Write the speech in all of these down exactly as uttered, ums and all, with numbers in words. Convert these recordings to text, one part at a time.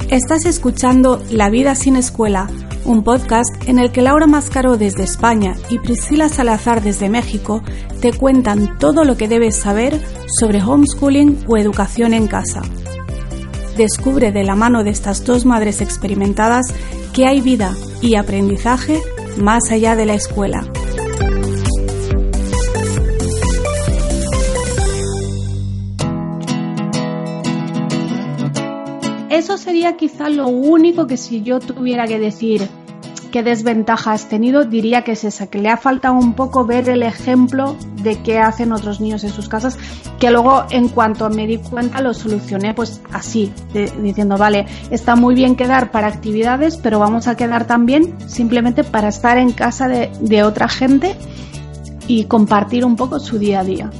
Estás escuchando La vida sin escuela, un podcast en el que Laura Mascaró desde España y Priscila Salazar desde México te cuentan todo lo que debes saber sobre homeschooling o educación en casa. Descubre de la mano de estas dos madres experimentadas que hay vida y aprendizaje más allá de la escuela. Eso sería quizá lo único que, si yo tuviera que decir qué desventaja has tenido, diría que es esa, que le ha faltado un poco ver el ejemplo de qué hacen otros niños en sus casas, que luego en cuanto me di cuenta lo solucioné pues así, de, diciendo vale, está muy bien quedar para actividades, pero vamos a quedar también simplemente para estar en casa de, de otra gente y compartir un poco su día a día.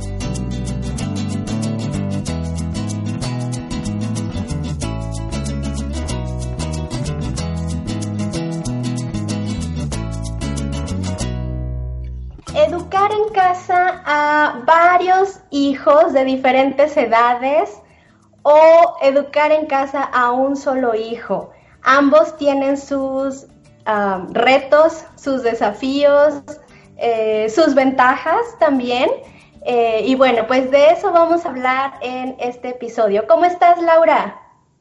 Educar en casa a varios hijos de diferentes edades o educar en casa a un solo hijo. Ambos tienen sus uh, retos, sus desafíos, eh, sus ventajas también. Eh, y bueno, pues de eso vamos a hablar en este episodio. ¿Cómo estás, Laura?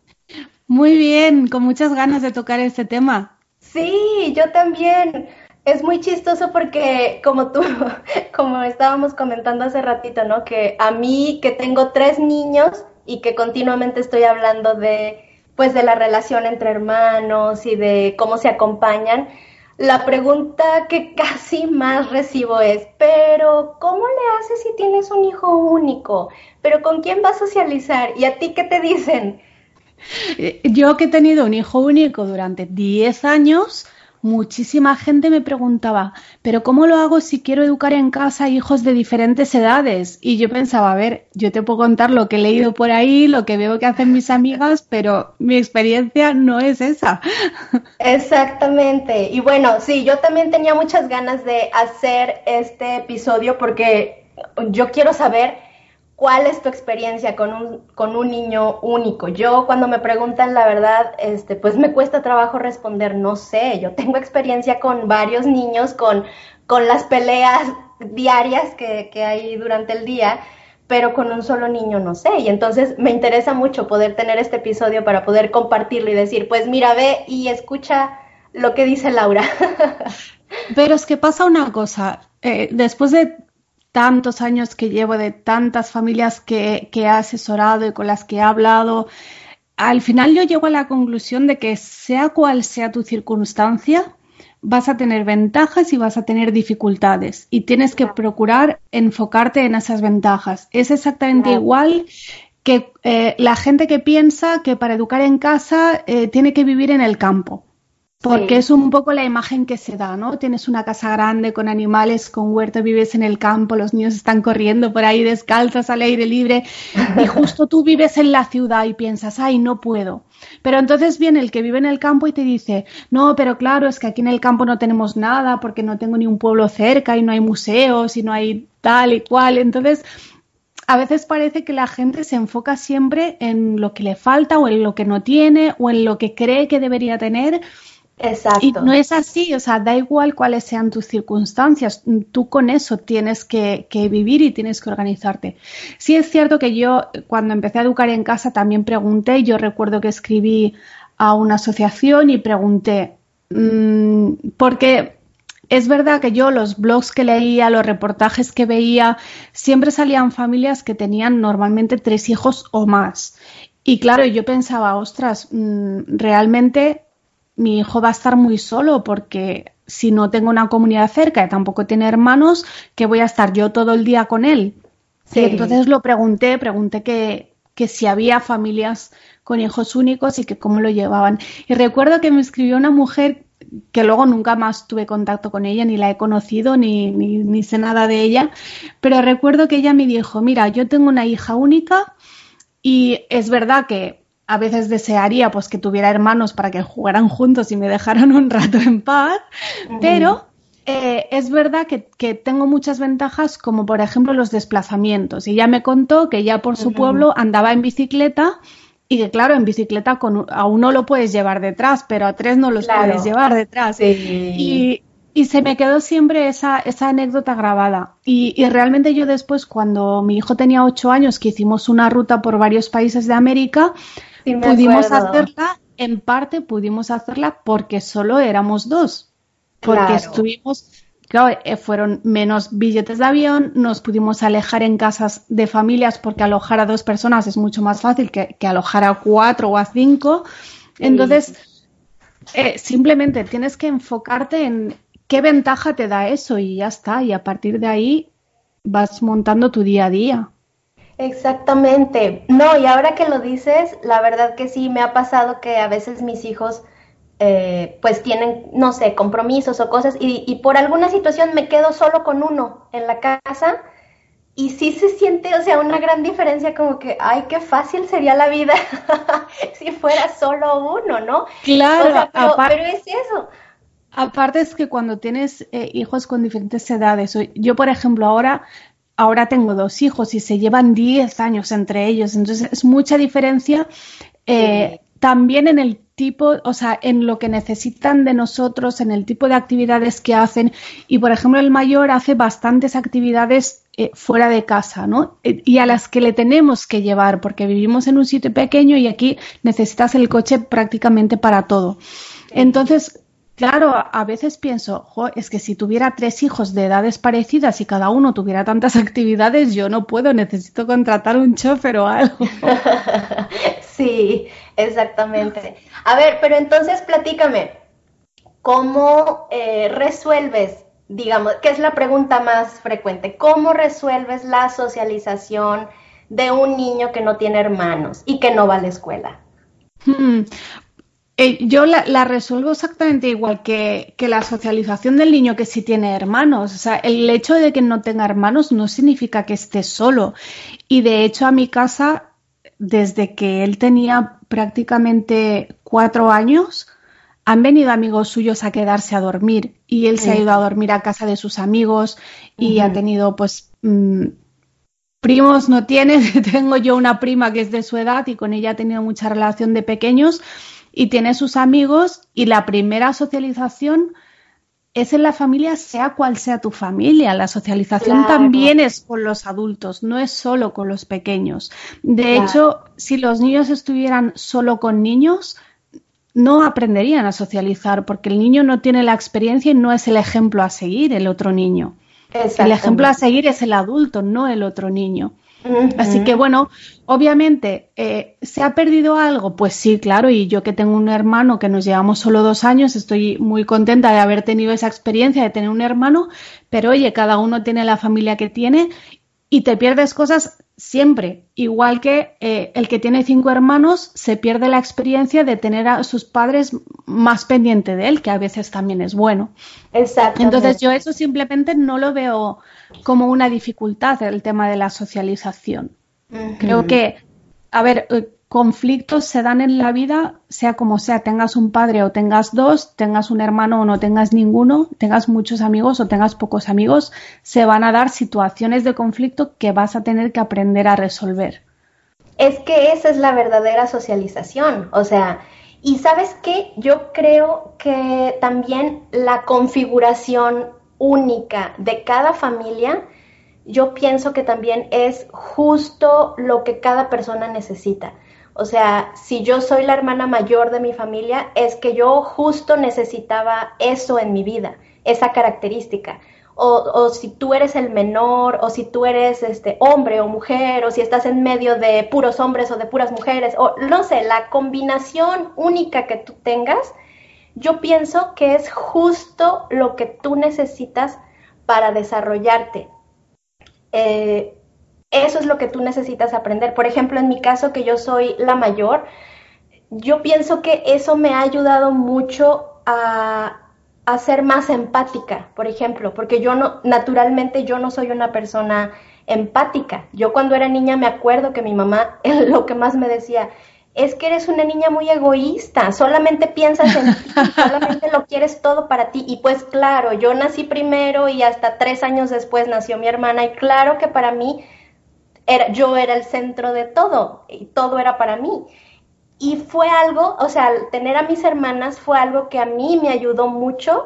Muy bien, con muchas ganas de tocar este tema. Sí, yo también. Es muy chistoso porque como tú, como estábamos comentando hace ratito, ¿no? Que a mí, que tengo tres niños y que continuamente estoy hablando de, pues, de la relación entre hermanos y de cómo se acompañan, la pregunta que casi más recibo es, pero ¿cómo le haces si tienes un hijo único? ¿Pero con quién vas a socializar? ¿Y a ti qué te dicen? Yo, que he tenido un hijo único durante diez años... muchísima gente me preguntaba, ¿pero cómo lo hago si quiero educar en casa a hijos de diferentes edades? Y yo pensaba, a ver, yo te puedo contar lo que he leído por ahí, lo que veo que hacen mis amigas, pero mi experiencia no es esa. Exactamente. Y bueno, sí, yo también tenía muchas ganas de hacer este episodio porque yo quiero saber ¿cuál es tu experiencia con un, con un niño único? Yo, cuando me preguntan, la verdad, este, pues me cuesta trabajo responder, no sé. Yo tengo experiencia con varios niños, con, con las peleas diarias que, que hay durante el día, pero con un solo niño no sé. Y entonces me interesa mucho poder tener este episodio para poder compartirlo y decir, pues mira, ve y escucha lo que dice Laura. Pero es que pasa una cosa, eh, después de tantos años que llevo, de tantas familias que, que he asesorado y con las que he hablado, al final yo llego a la conclusión de que sea cual sea tu circunstancia, vas a tener ventajas y vas a tener dificultades y tienes que procurar enfocarte en esas ventajas. Es exactamente igual que eh, la gente que piensa que para educar en casa eh, tiene que vivir en el campo. Porque sí, es un poco la imagen que se da, ¿no? Tienes una casa grande con animales, con huerto, vives en el campo, los niños están corriendo por ahí descalzos al aire libre y justo tú vives en la ciudad y piensas, ay, no puedo. Pero entonces viene el que vive en el campo y te dice, no, pero claro, es que aquí en el campo no tenemos nada porque no tengo ni un pueblo cerca y no hay museos y no hay tal y cual. Entonces, a veces parece que la gente se enfoca siempre en lo que le falta o en lo que no tiene o en lo que cree que debería tener. Exacto. Y no es así, o sea, da igual cuáles sean tus circunstancias, tú con eso tienes que, que vivir y tienes que organizarte. Sí es cierto que yo, cuando empecé a educar en casa, también pregunté, yo recuerdo que escribí a una asociación y pregunté, mmm, porque es verdad que yo los blogs que leía, los reportajes que veía, siempre salían familias que tenían normalmente tres hijos o más. Y claro, yo pensaba, ostras, mmm, realmente mi hijo va a estar muy solo porque si no tengo una comunidad cerca y tampoco tiene hermanos, ¿qué voy a estar yo todo el día con él? Sí. Entonces lo pregunté, pregunté que, que si había familias con hijos únicos y que cómo lo llevaban. Y recuerdo que me escribió una mujer que luego nunca más tuve contacto con ella, ni la he conocido, ni, ni, ni sé nada de ella, pero recuerdo que ella me dijo, mira, yo tengo una hija única y es verdad que a veces desearía pues que tuviera hermanos para que jugaran juntos y me dejaran un rato en paz, uh-huh. pero eh, es verdad que, que tengo muchas ventajas, como por ejemplo los desplazamientos. Y ella me contó que ella por su uh-huh. pueblo andaba en bicicleta y que claro, en bicicleta con, a uno lo puedes llevar detrás, pero a tres no los Claro. puedes llevar detrás. Sí. Y, y se me quedó siempre esa, esa anécdota grabada. Y, y realmente yo después, cuando mi hijo tenía ocho años, que hicimos una ruta por varios países de América, Sí, me pudimos acuerdo. hacerla, en parte pudimos hacerla porque solo éramos dos. Porque Claro. estuvimos, claro, eh, fueron menos billetes de avión, nos pudimos alojar en casas de familias porque alojar a dos personas es mucho más fácil que, que alojar a cuatro o a cinco. Sí. Entonces, eh, simplemente tienes que enfocarte en qué ventaja te da eso y ya está. Y a partir de ahí vas montando tu día a día. Exactamente. No, y ahora que lo dices, la verdad que sí, me ha pasado que a veces mis hijos eh, pues tienen, no sé, compromisos o cosas y, y por alguna situación me quedo solo con uno en la casa y sí se siente, o sea, una gran diferencia como que, ay, qué fácil sería la vida si fuera solo uno, ¿no? Claro, O sea, pero, aparte... pero es eso. Aparte es que cuando tienes eh, hijos con diferentes edades, o- yo por ejemplo ahora, ahora tengo dos hijos y se llevan diez años entre ellos, entonces es mucha diferencia eh, Sí. también en el tipo, o sea, en lo que necesitan de nosotros, en el tipo de actividades que hacen y por ejemplo el mayor hace bastantes actividades eh, fuera de casa, ¿no? Eh, y a las que le tenemos que llevar porque vivimos en un sitio pequeño y aquí necesitas el coche prácticamente para todo. Sí. Entonces, claro, a veces pienso, jo, es que si tuviera tres hijos de edades parecidas y cada uno tuviera tantas actividades, yo no puedo, necesito contratar un chofer o algo. Sí, exactamente. A ver, pero entonces platícame, ¿cómo eh, resuelves, digamos, qué es la pregunta más frecuente? ¿Cómo resuelves la socialización de un niño que no tiene hermanos y que no va a la escuela? Hmm. Eh, yo la, la resuelvo exactamente igual que, que la socialización del niño que sí tiene hermanos. O sea, el hecho de que no tenga hermanos no significa que esté solo. Y de hecho a mi casa, desde que él tenía prácticamente cuatro años, han venido amigos suyos a quedarse a dormir y él se ha ido a Mm, dormir a casa de sus amigos y ha ujú. tenido pues mm, primos no tiene, tengo yo una prima que es de su edad y con ella ha tenido mucha relación de pequeños y tiene sus amigos y la primera socialización es en la familia, sea cual sea tu familia. La socialización Claro, también es con los adultos, no es solo con los pequeños. De claro, hecho, si los niños estuvieran solo con niños, no aprenderían a socializar porque el niño no tiene la experiencia y no es el ejemplo a seguir el otro niño. El ejemplo a exactamente. seguir es el adulto, no el otro niño. Así que Ujú. bueno, obviamente, eh, ¿se ha perdido algo? Pues sí, claro, y yo que tengo un hermano que nos llevamos solo dos años, estoy muy contenta de haber tenido esa experiencia de tener un hermano, pero oye, cada uno tiene la familia que tiene y te pierdes cosas siempre, igual que eh, el que tiene cinco hermanos se pierde la experiencia de tener a sus padres más pendiente de él, que a veces también es bueno. Entonces Exactamente. yo eso simplemente no lo veo como una dificultad el tema de la socialización. Creo Ujú. que, a ver, eh, conflictos se dan en la vida, sea como sea, tengas un padre o tengas dos, tengas un hermano o no tengas ninguno, tengas muchos amigos o tengas pocos amigos, se van a dar situaciones de conflicto que vas a tener que aprender a resolver. Es que esa es la verdadera socialización, o sea, y sabes qué, yo creo que también la configuración única de cada familia, yo pienso que también es justo lo que cada persona necesita. O sea, si yo soy la hermana mayor de mi familia, es que yo justo necesitaba eso en mi vida, esa característica. O, o si tú eres el menor, o si tú eres este hombre o mujer, o si estás en medio de puros hombres o de puras mujeres, o no sé, la combinación única que tú tengas, yo pienso que es justo lo que tú necesitas para desarrollarte. Eh, eso es lo que tú necesitas aprender. Por ejemplo, en mi caso, que yo soy la mayor, yo pienso que eso me ha ayudado mucho a, a ser más empática, por ejemplo, porque yo no, naturalmente yo no soy una persona empática. Yo cuando era niña me acuerdo que mi mamá lo que más me decía, es que eres una niña muy egoísta, solamente piensas en ti, solamente lo quieres todo para ti. Y pues claro, yo nací primero y hasta tres años después nació mi hermana y claro que para mí era, yo era el centro de todo y todo era para mí. y fue algo, o sea, tener a mis hermanas fue algo que a mí me ayudó mucho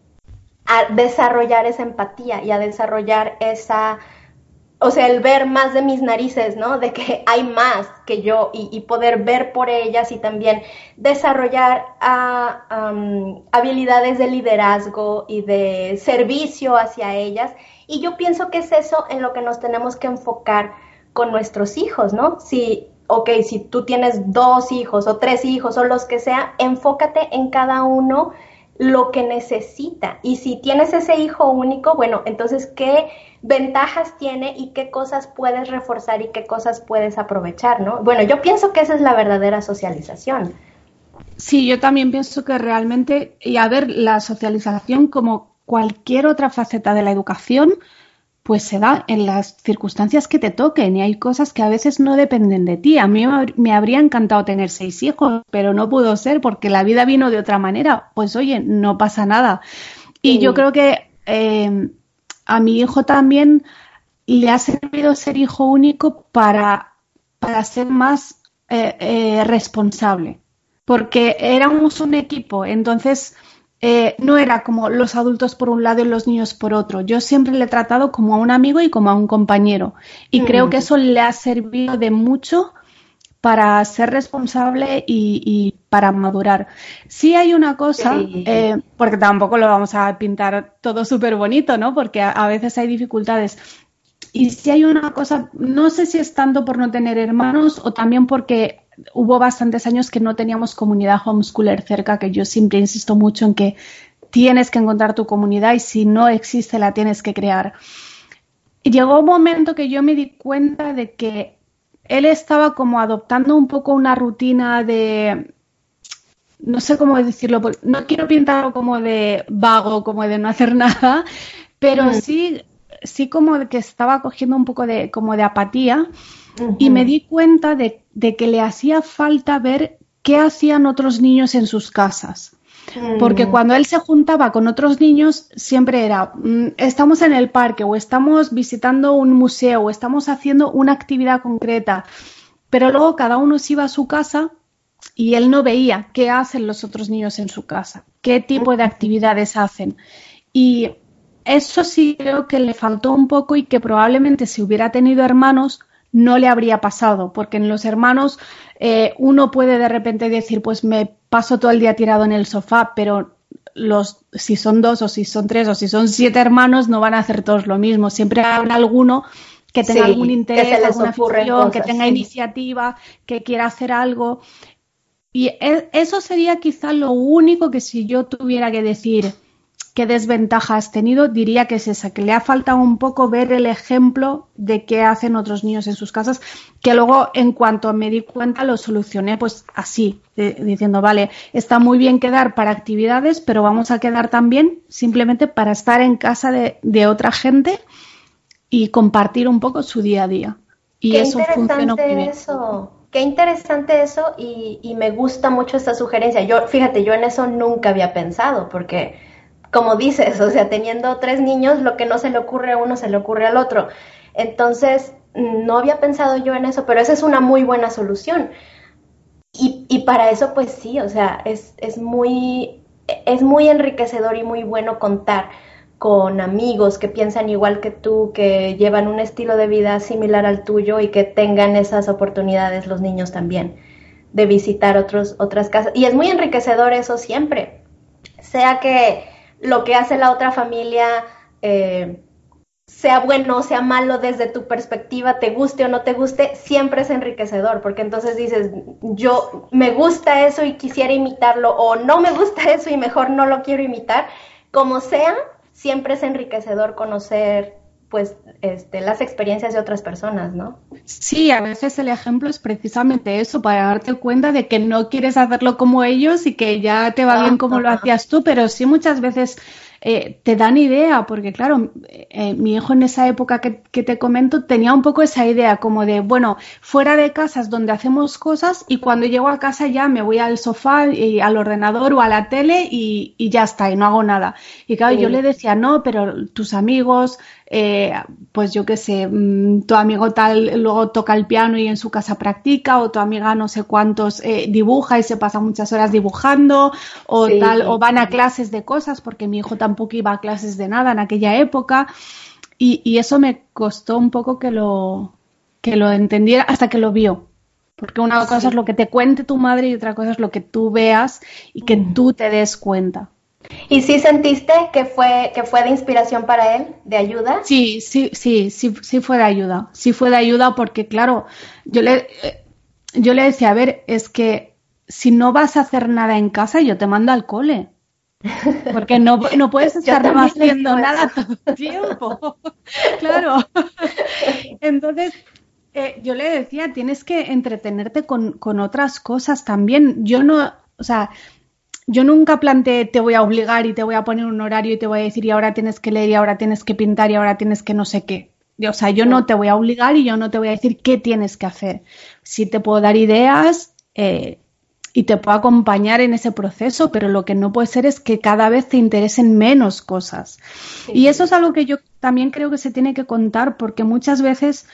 a desarrollar esa empatía y a desarrollar esa, o sea, el ver más de mis narices, ¿no? De que hay más que yo y, y poder ver por ellas y también desarrollar uh, um, habilidades de liderazgo y de servicio hacia ellas. Y yo pienso que es eso en lo que nos tenemos que enfocar con nuestros hijos, ¿no? Si, ok, si tú tienes dos hijos o tres hijos o los que sea, enfócate en cada uno lo que necesita. Y si tienes ese hijo único, bueno, entonces, ¿qué ventajas tiene y qué cosas puedes reforzar y qué cosas puedes aprovechar, ¿no? Bueno, yo pienso que esa es la verdadera socialización. Sí, yo también pienso que realmente, y a ver, la socialización, como cualquier otra faceta de la educación, pues se da en las circunstancias que te toquen y hay cosas que a veces no dependen de ti. A mí me habría encantado tener seis hijos, pero no pudo ser porque la vida vino de otra manera. Pues oye, no pasa nada. Y sí. Yo creo que eh, a mi hijo también le ha servido ser hijo único para, para ser más eh, eh, responsable, porque éramos un equipo, entonces... Eh, no era como los adultos por un lado y los niños por otro. Yo siempre le he tratado como a un amigo y como a un compañero. Y mm. creo que eso le ha servido de mucho para ser responsable y, y para madurar. Sí hay una cosa, sí. eh, porque tampoco lo vamos a pintar todo súper bonito, ¿no? Porque a, a veces hay dificultades. Y sí hay una cosa, no sé si es tanto por no tener hermanos o también porque... Hubo bastantes años que no teníamos comunidad homeschooler cerca, que yo siempre insisto mucho en que tienes que encontrar tu comunidad y si no existe la tienes que crear. Y llegó un momento que yo me di cuenta de que él estaba como adoptando un poco una rutina de, no sé cómo decirlo, no quiero pintarlo como de vago, como de no hacer nada, pero mm. sí, sí como de que estaba cogiendo un poco de, como de apatía. Uh-huh. Y me di cuenta de, de que le hacía falta ver qué hacían otros niños en sus casas. Uh-huh. Porque cuando él se juntaba con otros niños siempre era, mmm, estamos en el parque o estamos visitando un museo o estamos haciendo una actividad concreta. Pero luego cada uno se iba a su casa y él no veía qué hacen los otros niños en su casa, qué tipo de actividades hacen. Y eso sí creo que le faltó un poco y que probablemente si hubiera tenido hermanos no le habría pasado, porque en los hermanos eh, uno puede de repente decir, pues me paso todo el día tirado en el sofá, pero los si son dos o si son tres o si son siete hermanos no van a hacer todos lo mismo. Siempre habrá alguno que tenga sí, algún interés, alguna afición, cosas, que tenga sí. iniciativa, que quiera hacer algo. Y eso sería quizá lo único que si yo tuviera que decir qué desventaja has tenido, diría que es esa, que le ha faltado un poco ver el ejemplo de qué hacen otros niños en sus casas, que luego en cuanto me di cuenta lo solucioné pues así, de, diciendo, vale, está muy bien quedar para actividades, pero vamos a quedar también simplemente para estar en casa de, de otra gente y compartir un poco su día a día. Y qué eso funcionó muy bien. Eso. Qué interesante eso y, y me gusta mucho esta sugerencia. Yo, fíjate, yo en eso nunca había pensado porque... Como dices, o sea, teniendo tres niños, lo que no se le ocurre a uno se le ocurre al otro. Entonces, no había pensado yo en eso, pero esa es una muy buena solución. Y, y para eso, pues sí, o sea, es, es, muy, es muy enriquecedor y muy bueno contar con amigos que piensan igual que tú, que llevan un estilo de vida similar al tuyo y que tengan esas oportunidades los niños también de visitar otros, otras casas. Y es muy enriquecedor eso siempre, sea que lo que hace la otra familia, eh, sea bueno o sea malo desde tu perspectiva, te guste o no te guste, siempre es enriquecedor, porque entonces dices, yo me gusta eso y quisiera imitarlo, o no me gusta eso y mejor no lo quiero imitar. Como sea, siempre es enriquecedor conocer pues este, las experiencias de otras personas, ¿no? Sí, a veces el ejemplo es precisamente eso, para darte cuenta de que no quieres hacerlo como ellos y que ya te va bien como lo hacías tú, pero sí muchas veces eh, te dan idea, porque claro, eh, mi hijo en esa época que, que te comento tenía un poco esa idea como de, bueno, fuera de casas donde hacemos cosas y cuando llego a casa ya me voy al sofá y al ordenador o a la tele y, y ya está, y no hago nada. Y claro, sí. Yo le decía, no, pero tus amigos... eh, pues yo qué sé, tu amigo tal luego toca el piano y en su casa practica, o tu amiga no sé cuántos eh, dibuja y se pasa muchas horas dibujando, o Sí, tal, o van a clases de cosas, porque mi hijo tampoco iba a clases de nada en aquella época, y, y eso me costó un poco que lo, que lo entendiera hasta que lo vio. Porque una cosa sí. es lo que te cuente tu madre y otra cosa es lo que tú veas y que Mm. tú te des cuenta. ¿Y sí sentiste que fue, que fue de inspiración para él, de ayuda? Sí, sí, sí, sí, sí fue de ayuda. Sí fue de ayuda porque, claro, yo le, eh, yo le decía, a ver, es que si no vas a hacer nada en casa, yo te mando al cole. Porque no, no puedes Yo estar no también les digo haciendo eso. nada todo el tiempo. Claro. Entonces, eh, yo le decía, tienes que entretenerte con, con otras cosas también. Yo no, o sea, yo nunca planteé te voy a obligar y te voy a poner un horario y te voy a decir y ahora tienes que leer y ahora tienes que pintar y ahora tienes que no sé qué. O sea, yo no No. te voy a obligar y yo no te voy a decir qué tienes que hacer. Sí te puedo dar ideas eh, y te puedo acompañar en ese proceso, pero lo que no puede ser es que cada vez te interesen menos cosas. Y eso es Sí. algo que yo también creo que se tiene que contar porque muchas veces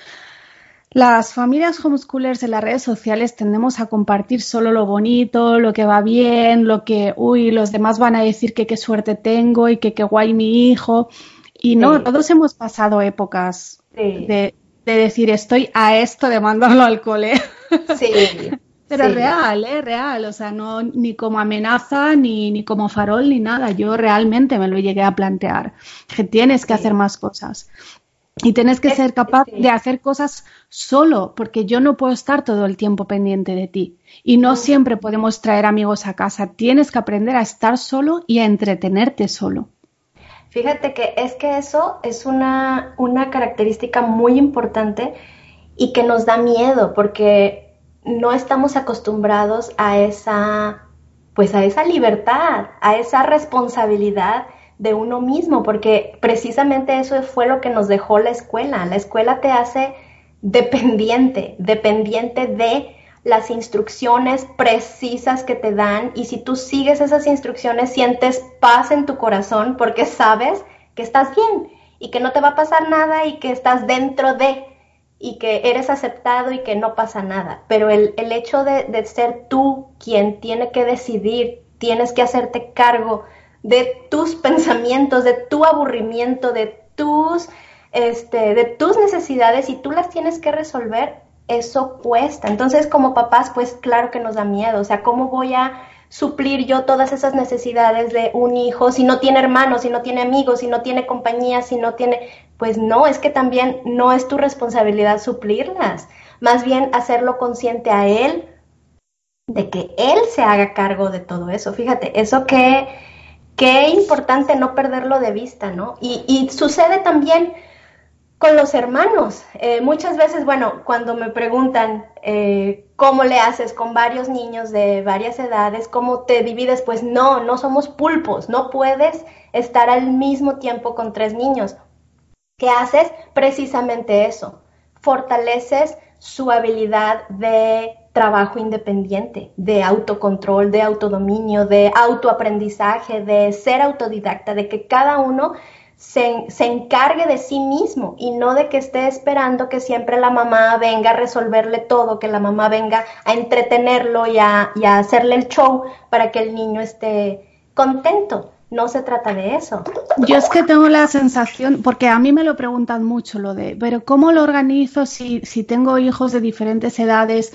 las familias homeschoolers en las redes sociales tendemos a compartir solo lo bonito, lo que va bien, lo que, uy, los demás van a decir que qué suerte tengo y que qué guay mi hijo. Y no, Sí, todos hemos pasado épocas sí, de, de decir estoy a esto de mandarlo al cole. sí, Pero es sí. real, ¿eh? Real. O sea, no ni como amenaza, ni, ni como farol, ni nada. Yo realmente me lo llegué a plantear. Que tienes que hacer Sí. más cosas. Y tienes que Es, ser capaz de sí. hacer cosas solo, porque yo no puedo estar todo el tiempo pendiente de ti. Y no No. siempre podemos traer amigos a casa. Tienes que aprender a estar solo y a entretenerte solo. Fíjate que es que eso es una, una característica muy importante y que nos da miedo porque no estamos acostumbrados a esa, pues a esa libertad, a esa responsabilidad de uno mismo, porque precisamente eso fue lo que nos dejó la escuela. La escuela te hace dependiente, dependiente de las instrucciones precisas que te dan, y si tú sigues esas instrucciones sientes paz en tu corazón porque sabes que estás bien y que no te va a pasar nada y que estás dentro de y que eres aceptado y que no pasa nada. Pero el, el hecho de, de ser tú quien tiene que decidir, tienes que hacerte cargo de tus pensamientos, de tu aburrimiento, de tus, este, de tus necesidades, y tú las tienes que resolver, eso cuesta. Entonces, como papás, pues claro que nos da miedo. O sea, ¿cómo voy a suplir yo todas esas necesidades de un hijo si no tiene hermanos, si no tiene amigos, si no tiene compañía, si no tiene... Pues no, es que también no es tu responsabilidad suplirlas. Más bien hacerlo consciente a él de que él se haga cargo de todo eso. Fíjate, eso que qué importante no perderlo de vista, ¿no? Y, y sucede también con los hermanos. Eh, muchas veces, bueno, cuando me preguntan eh, cómo le haces con varios niños de varias edades, cómo te divides, pues no, no somos pulpos, no puedes estar al mismo tiempo con tres niños. ¿Qué haces? Precisamente eso. Fortaleces su habilidad de trabajo independiente, de autocontrol, de autodominio, de autoaprendizaje, de ser autodidacta, de que cada uno se, se encargue de sí mismo y no de que esté esperando que siempre la mamá venga a resolverle todo, que la mamá venga a entretenerlo y a, y a hacerle el show para que el niño esté contento. No se trata de eso. Yo es que tengo la sensación, porque a mí me lo preguntan mucho lo de, pero ¿cómo lo organizo si, si tengo hijos de diferentes edades?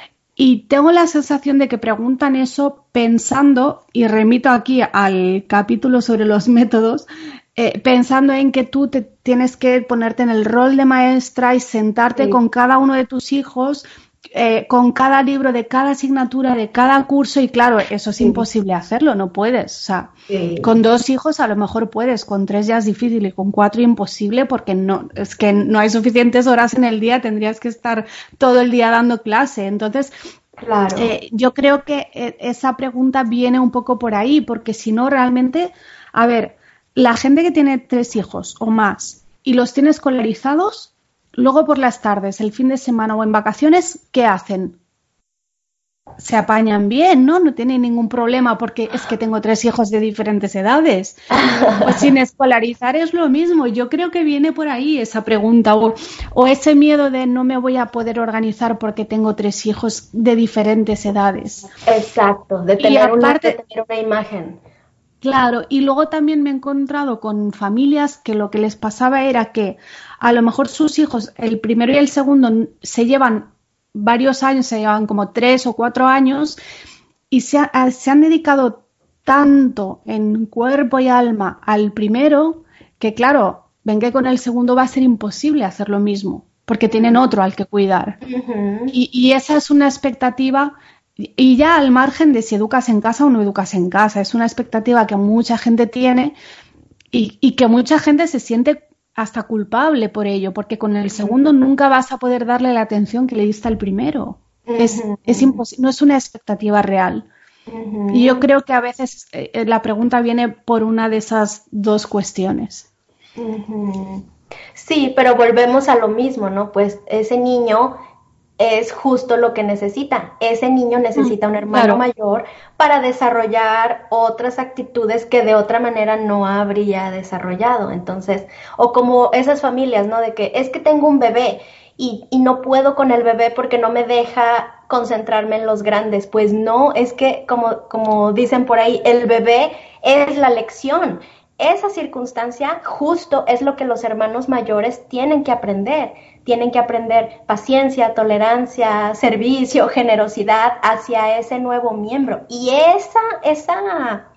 Y tengo la sensación de que preguntan eso pensando, y remito aquí al capítulo sobre los métodos, eh, pensando en que tú te tienes que ponerte en el rol de maestra y sentarte Sí. con cada uno de tus hijos, eh, con cada libro de cada asignatura, de cada curso, y claro, eso es Sí, imposible hacerlo, no puedes. O sea, con sí, dos hijos a lo mejor puedes, con tres ya es difícil y con cuatro imposible porque no, es que no hay suficientes horas en el día, tendrías que estar todo el día dando clase. Entonces, claro. eh, yo creo que eh, esa pregunta viene un poco por ahí, porque si no, realmente, a ver, la gente que tiene tres hijos o más y los tiene escolarizados, luego por las tardes, el fin de semana o en vacaciones, ¿qué hacen? se apañan bien, ¿no? No tienen ningún problema porque es que tengo tres hijos de diferentes edades. Pues sin escolarizar es lo mismo. Yo creo que viene por ahí esa pregunta o, o ese miedo de no me voy a poder organizar porque tengo tres hijos de diferentes edades. Exacto, de tener, y aparte, una, de tener una imagen. Claro, y luego también me he encontrado con familias que lo que les pasaba era que a lo mejor sus hijos, el primero y el segundo, se llevan varios años, se llevan como tres o cuatro años y se, ha, se han dedicado tanto en cuerpo y alma al primero que claro, ven que con el segundo va a ser imposible hacer lo mismo porque tienen otro al que cuidar. Uh-huh. y, y esa es una expectativa, y ya al margen de si educas en casa o no educas en casa, es una expectativa que mucha gente tiene y, y que mucha gente se siente hasta culpable por ello, porque con el segundo nunca vas a poder darle la atención que le diste al primero. Uh-huh. Es, es imposible, no es una expectativa real. Uh-huh. Y yo creo que a veces eh, la pregunta viene por una de esas dos cuestiones. Uh-huh. Sí, pero volvemos a lo mismo, ¿no? Pues ese niño es justo lo que necesita. Ese niño necesita un hermano claro. mayor para desarrollar otras actitudes que de otra manera no habría desarrollado. Entonces, o como esas familias, ¿no? De que es que tengo un bebé y, y no puedo con el bebé porque no me deja concentrarme en los grandes. Pues no, es que como, como dicen por ahí, el bebé es la lección. Esa circunstancia justo es lo que los hermanos mayores tienen que aprender. Tienen que aprender paciencia, tolerancia, servicio, generosidad hacia ese nuevo miembro. Y esa, esa,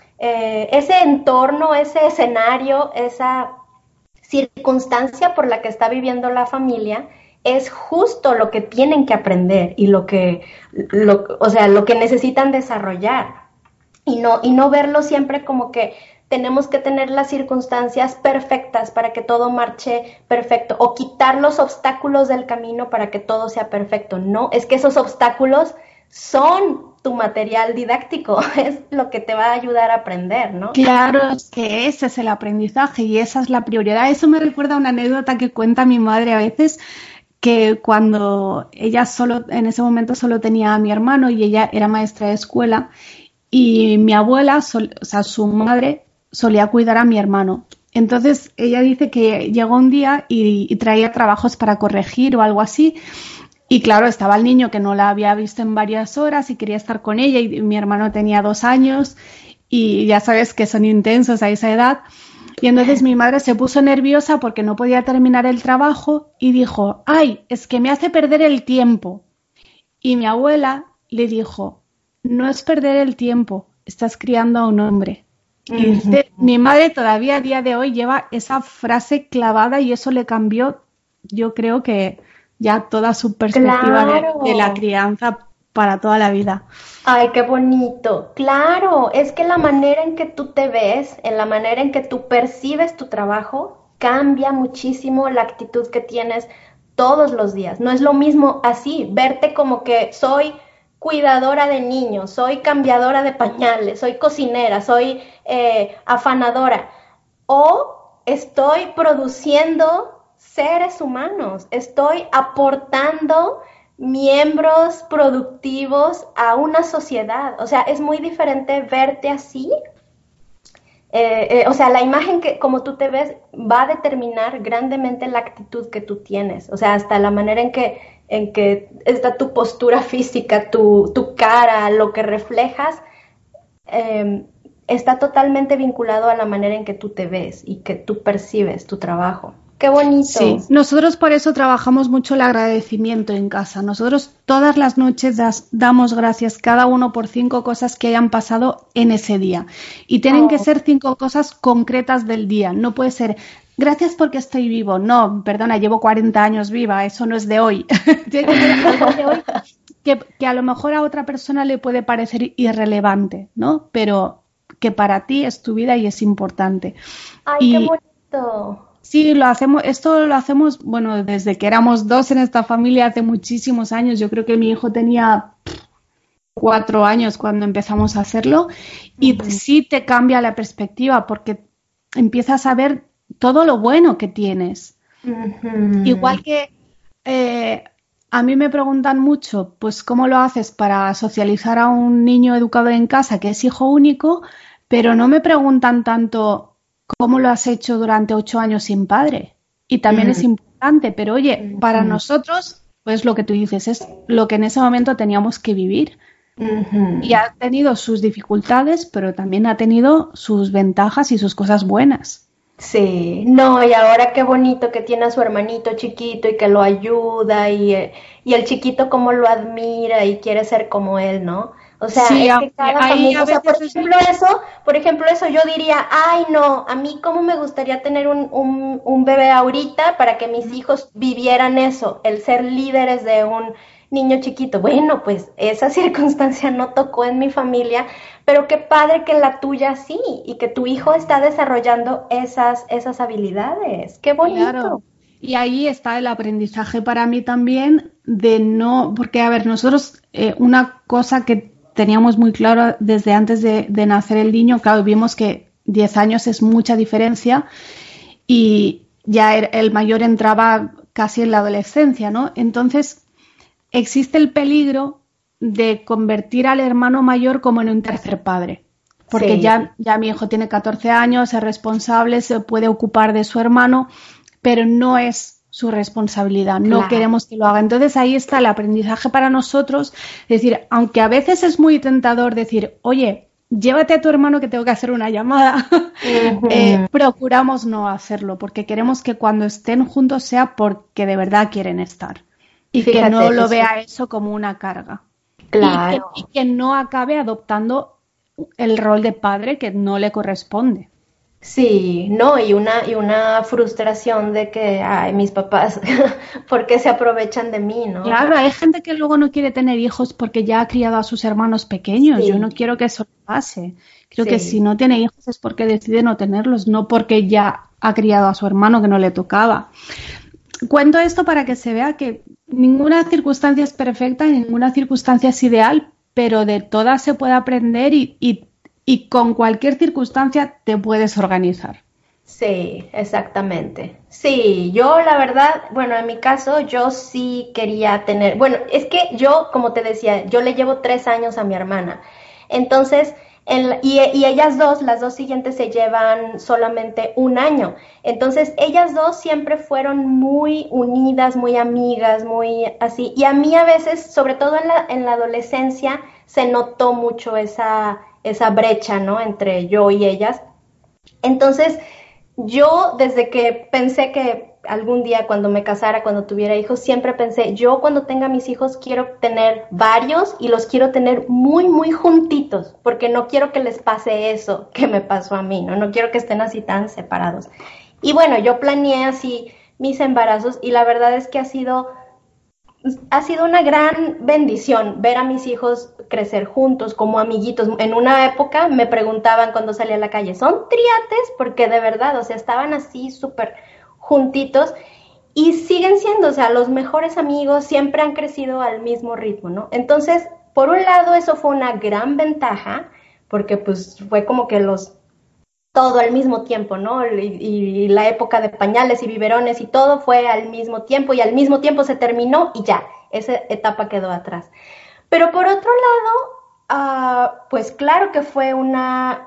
eh, ese entorno, ese escenario, esa circunstancia por la que está viviendo la familia es justo lo que tienen que aprender y lo que, lo, o sea, lo que necesitan desarrollar. Y no, y no verlo siempre como que tenemos que tener las circunstancias perfectas para que todo marche perfecto o quitar los obstáculos del camino para que todo sea perfecto. No, es que esos obstáculos son tu material didáctico, es lo que te va a ayudar a aprender, ¿no? Claro, es que ese es el aprendizaje y esa es la prioridad. Eso me recuerda a una anécdota que cuenta mi madre a veces, que cuando ella solo, en ese momento solo tenía a mi hermano y ella era maestra de escuela y mi abuela, sol, o sea, su madre solía cuidar a mi hermano. Entonces ella dice que llegó un día y, y traía trabajos para corregir o algo así y claro, estaba el niño que no la había visto en varias horas y quería estar con ella y mi hermano tenía dos años y ya sabes que son intensos a esa edad y entonces mi madre se puso nerviosa porque no podía terminar el trabajo y dijo, ay, es que me hace perder el tiempo. Y mi abuela le dijo, no es perder el tiempo, estás criando a un hombre. Y dice, mi madre todavía a día de hoy lleva esa frase clavada y eso le cambió, yo creo que ya toda su perspectiva claro. de, de la crianza para toda la vida. Ay, qué bonito. Claro, es que la manera en que tú te ves, en la manera en que tú percibes tu trabajo, cambia muchísimo la actitud que tienes todos los días. No es lo mismo así, verte como que soy cuidadora de niños, soy cambiadora de pañales, soy cocinera, soy eh, afanadora o estoy produciendo seres humanos, estoy aportando miembros productivos a una sociedad. O sea, es muy diferente verte así. Eh, eh, o sea, la imagen que como tú te ves va a determinar grandemente la actitud que tú tienes. O sea, hasta la manera en que en que está tu postura física, tu, tu cara, lo que reflejas, eh, está totalmente vinculado a la manera en que tú te ves y que tú percibes tu trabajo. ¡Qué bonito! Sí, nosotros por eso trabajamos mucho el agradecimiento en casa. Nosotros todas las noches das, damos gracias cada uno por cinco cosas que hayan pasado en ese día. Y tienen oh. que ser cinco cosas concretas del día. No puede ser, gracias porque estoy vivo. No, perdona, llevo cuarenta años viva, eso no es de hoy. Tiene que ser algo de hoy que, que a lo mejor a otra persona le puede parecer irrelevante, ¿no? Pero que para ti es tu vida y es importante. ¡Ay, y, qué bonito! Sí, lo hacemos, esto lo hacemos, bueno, desde que éramos dos en esta familia hace muchísimos años. Yo creo que mi hijo tenía cuatro años cuando empezamos a hacerlo y uh-huh. sí te cambia la perspectiva porque empiezas a ver todo lo bueno que tienes. Uh-huh. Igual que eh, a mí me preguntan mucho, pues, ¿cómo lo haces para socializar a un niño educado en casa que es hijo único? Pero no me preguntan tanto cómo lo has hecho durante ocho años sin padre. Y también mm. es importante, pero oye, para mm. nosotros, pues lo que tú dices, es lo que en ese momento teníamos que vivir. Mm-hmm. Y ha tenido sus dificultades, pero también ha tenido sus ventajas y sus cosas buenas. Sí, no, y ahora qué bonito que tiene a su hermanito chiquito y que lo ayuda y, y el chiquito como lo admira y quiere ser como él, ¿no? O sea, sí, es que cada familia, o sea, por ejemplo eso, por ejemplo eso, yo diría, ay no, a mí cómo me gustaría tener un, un, un bebé ahorita para que mis hijos vivieran eso, el ser líderes de un niño chiquito. Bueno, pues esa circunstancia no tocó en mi familia, pero qué padre que la tuya sí, y que tu hijo está desarrollando esas, esas habilidades, qué bonito. Claro. Y ahí está el aprendizaje para mí también de no, porque a ver, nosotros eh, una cosa que teníamos muy claro desde antes de, de nacer el niño, claro, vimos que diez años es mucha diferencia y ya el, el mayor entraba casi en la adolescencia, ¿no? Entonces, existe el peligro de convertir al hermano mayor como en un tercer padre, porque sí. ya, ya mi hijo tiene catorce años, es responsable, se puede ocupar de su hermano, pero no es su responsabilidad, no claro. queremos que lo haga. Entonces ahí está el aprendizaje para nosotros, es decir, aunque a veces es muy tentador decir, oye, llévate a tu hermano que tengo que hacer una llamada, uh-huh. eh, procuramos no hacerlo, porque queremos que cuando estén juntos sea porque de verdad quieren estar y Fíjate, que no lo vea eso como una carga. Claro. Y que, y que no acabe adoptando el rol de padre que no le corresponde. Sí, no, y una, y una frustración de que, ay, mis papás, ¿por qué se aprovechan de mí, no? Claro, hay gente que luego no quiere tener hijos porque ya ha criado a sus hermanos pequeños. Sí. Yo no quiero que eso pase. Creo sí. que si no tiene hijos es porque decide no tenerlos, no porque ya ha criado a su hermano que no le tocaba. Cuento esto para que se vea que ninguna circunstancia es perfecta, ninguna circunstancia es ideal, pero de todas se puede aprender y, y Y con cualquier circunstancia te puedes organizar. Sí, exactamente. Sí, yo la verdad, bueno, en mi caso yo sí quería tener, bueno, es que yo, como te decía, yo le llevo tres años a mi hermana. Entonces, en, y, y ellas dos, las dos siguientes se llevan solamente un año. Entonces, ellas dos siempre fueron muy unidas, muy amigas, muy así. Y a mí a veces, sobre todo en la, en la adolescencia, se notó mucho esa... esa brecha, ¿no? Entre yo y ellas. Entonces, yo desde que pensé que algún día cuando me casara, cuando tuviera hijos, siempre pensé, yo cuando tenga mis hijos quiero tener varios y los quiero tener muy, muy juntitos, porque no quiero que les pase eso que me pasó a mí, ¿no? No quiero que estén así tan separados. Y bueno, yo planeé así mis embarazos y la verdad es que ha sido... Ha sido una gran bendición ver a mis hijos crecer juntos como amiguitos. En una época me preguntaban cuando salía a la calle, ¿son triates? Porque de verdad, o sea, estaban así súper juntitos y siguen siendo, o sea, los mejores amigos, siempre han crecido al mismo ritmo, ¿no? Entonces, por un lado, eso fue una gran ventaja, porque pues fue como que los... todo al mismo tiempo, ¿no? Y, y la época de pañales y biberones y todo fue al mismo tiempo y al mismo tiempo se terminó y ya, esa etapa quedó atrás. Pero por otro lado, uh, pues claro que fue una,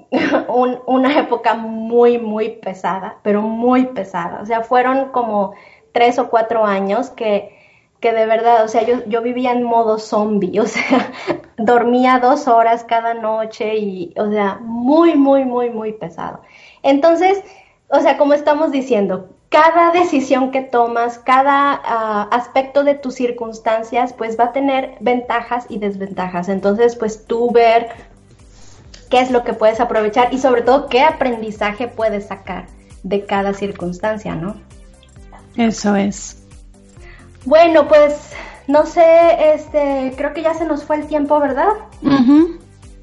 un, una época muy, muy pesada, pero muy pesada. O sea, fueron como tres o cuatro años que... que de verdad, o sea, yo, yo vivía en modo zombie, o sea, dormía dos horas cada noche y, o sea, muy, muy, muy, muy pesado. Entonces, o sea, como estamos diciendo, cada decisión que tomas, cada uh, aspecto de tus circunstancias, pues va a tener ventajas y desventajas. Entonces, pues tú ver qué es lo que puedes aprovechar y sobre todo qué aprendizaje puedes sacar de cada circunstancia, ¿no? Eso es. Bueno, pues, no sé, este, creo que ya se nos fue el tiempo, ¿verdad? Uh-huh.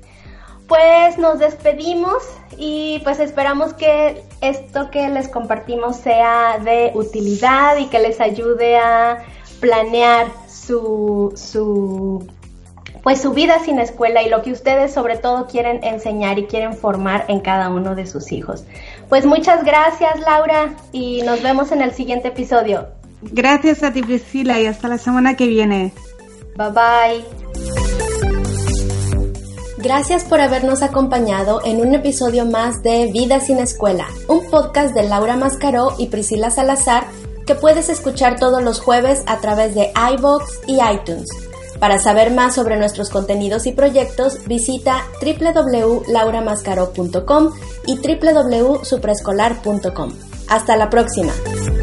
Pues nos despedimos y pues esperamos que esto que les compartimos sea de utilidad y que les ayude a planear su, su, pues su vida sin escuela y lo que ustedes sobre todo quieren enseñar y quieren formar en cada uno de sus hijos. Pues muchas gracias, Laura, y nos vemos en el siguiente episodio. Gracias a ti, Priscila, y hasta la semana que viene. Bye bye. Gracias por habernos acompañado en un episodio más de Vida sin Escuela, un podcast de Laura Mascaró y Priscila Salazar que puedes escuchar todos los jueves a través de iVoox y iTunes. Para saber más sobre nuestros contenidos y proyectos, visita doble u doble u doble u punto laura mascaró punto com y doble u doble u doble u punto supraescolar punto com. Hasta la próxima.